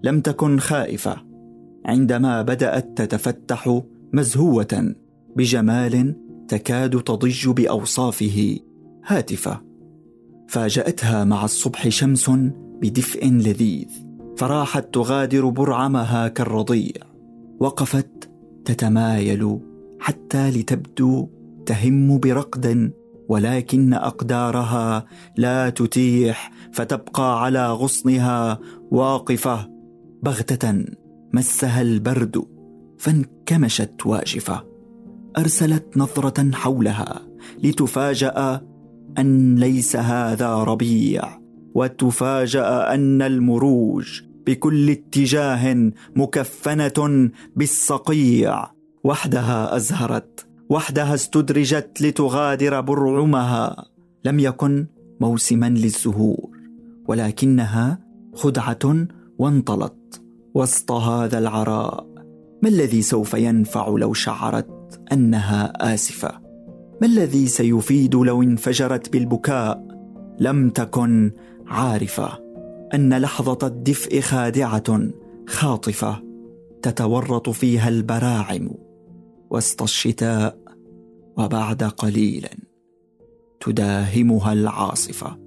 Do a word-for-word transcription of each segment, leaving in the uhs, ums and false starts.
لم تكن خائفة عندما بدأت تتفتح مزهوة بجمال تكاد تضج بأوصافه هاتفة. فاجأتها مع الصبح شمس بدفء لذيذ، فراحت تغادر برعمها كالرضيع. وقفت تتمايل حتى لتبدو تهم برقد، ولكن أقدارها لا تتيح، فتبقى على غصنها واقفة. بغتة مسها البرد فانكمشت واجفة. أرسلت نظرة حولها لتفاجأ أن ليس هذا ربيع، وتفاجأ أن المروج بكل اتجاه مكفنة بالصقيع. وحدها أزهرت، وحدها استدرجت لتغادر برعمها. لم يكن موسما للزهور، ولكنها خدعة وانطلت وسط هذا العراء. ما الذي سوف ينفع لو شعرت أنها آسفة؟ ما الذي سيفيد لو انفجرت بالبكاء؟ لم تكن عارفة أن لحظة الدفء خادعة خاطفة تتورط فيها البراعم وسط الشتاء، وبعد قليل تداهمها العاصفة.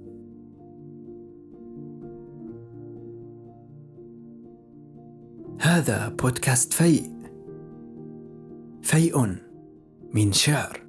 هذا بودكاست فيء، فيء من شعر.